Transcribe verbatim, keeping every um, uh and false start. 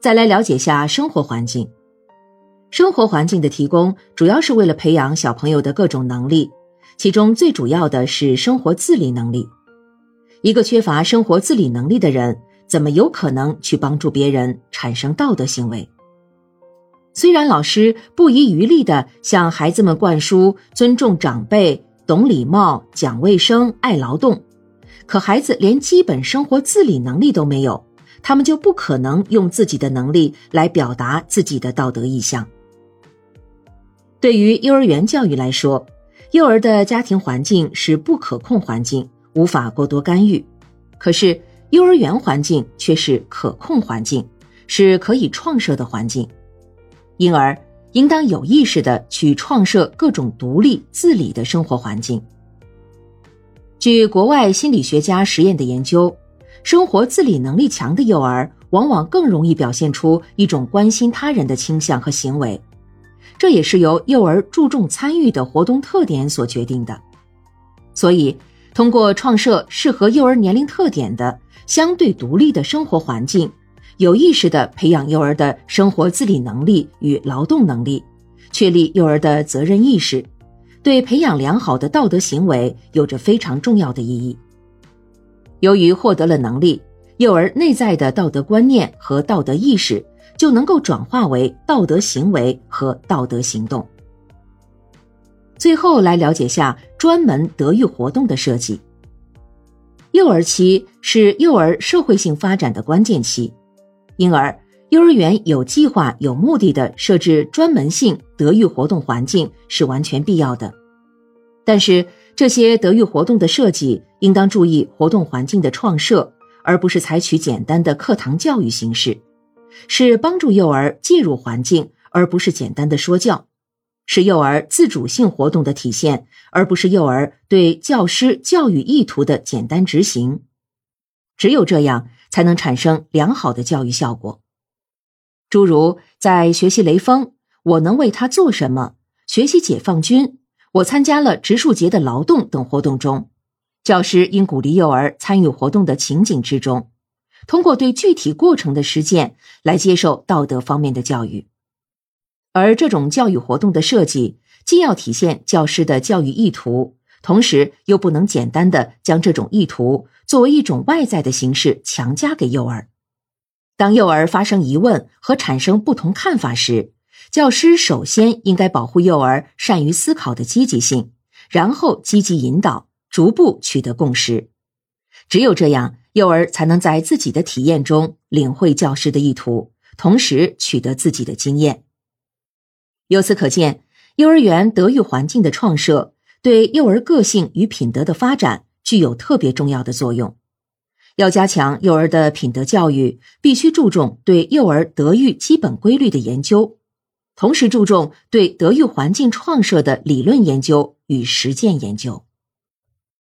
再来了解下生活环境。生活环境的提供主要是为了培养小朋友的各种能力，其中最主要的是生活自理能力。一个缺乏生活自理能力的人，怎么有可能去帮助别人产生道德行为？虽然老师不遗余力地向孩子们灌输尊重长辈、懂礼貌、讲卫生、爱劳动，可孩子连基本生活自理能力都没有，他们就不可能用自己的能力来表达自己的道德意向。对于幼儿园教育来说，幼儿的家庭环境是不可控环境，无法过多干预。可是幼儿园环境却是可控环境，是可以创设的环境。因而应当有意识地去创设各种独立自理的生活环境。据国外心理学家实验的研究，生活自理能力强的幼儿往往更容易表现出一种关心他人的倾向和行为，这也是由幼儿注重参与的活动特点所决定的。所以通过创设适合幼儿年龄特点的相对独立的生活环境，有意识地培养幼儿的生活自理能力与劳动能力，确立幼儿的责任意识，对培养良好的道德行为有着非常重要的意义。由于获得了能力，幼儿内在的道德观念和道德意识就能够转化为道德行为和道德行动。最后来了解下专门德育活动的设计。幼儿期是幼儿社会性发展的关键期，因而幼儿园有计划有目的地设置专门性德育活动环境是完全必要的。但是这些德育活动的设计应当注意活动环境的创设，而不是采取简单的课堂教育形式，是帮助幼儿介入环境，而不是简单的说教，是幼儿自主性活动的体现，而不是幼儿对教师教育意图的简单执行。只有这样才能产生良好的教育效果。诸如在学习雷锋，我能为他做什么，学习解放军，我参加了植树节的劳动等活动中，教师应鼓励幼儿参与活动的情景之中，通过对具体过程的实践来接受道德方面的教育。而这种教育活动的设计，既要体现教师的教育意图，同时又不能简单地将这种意图作为一种外在的形式强加给幼儿。当幼儿发生疑问和产生不同看法时，教师首先应该保护幼儿善于思考的积极性，然后积极引导，逐步取得共识。只有这样，幼儿才能在自己的体验中领会教师的意图，同时取得自己的经验。由此可见，幼儿园德育环境的创设对幼儿个性与品德的发展具有特别重要的作用。要加强幼儿的品德教育，必须注重对幼儿德育基本规律的研究，同时注重对德育环境创设的理论研究与实践研究。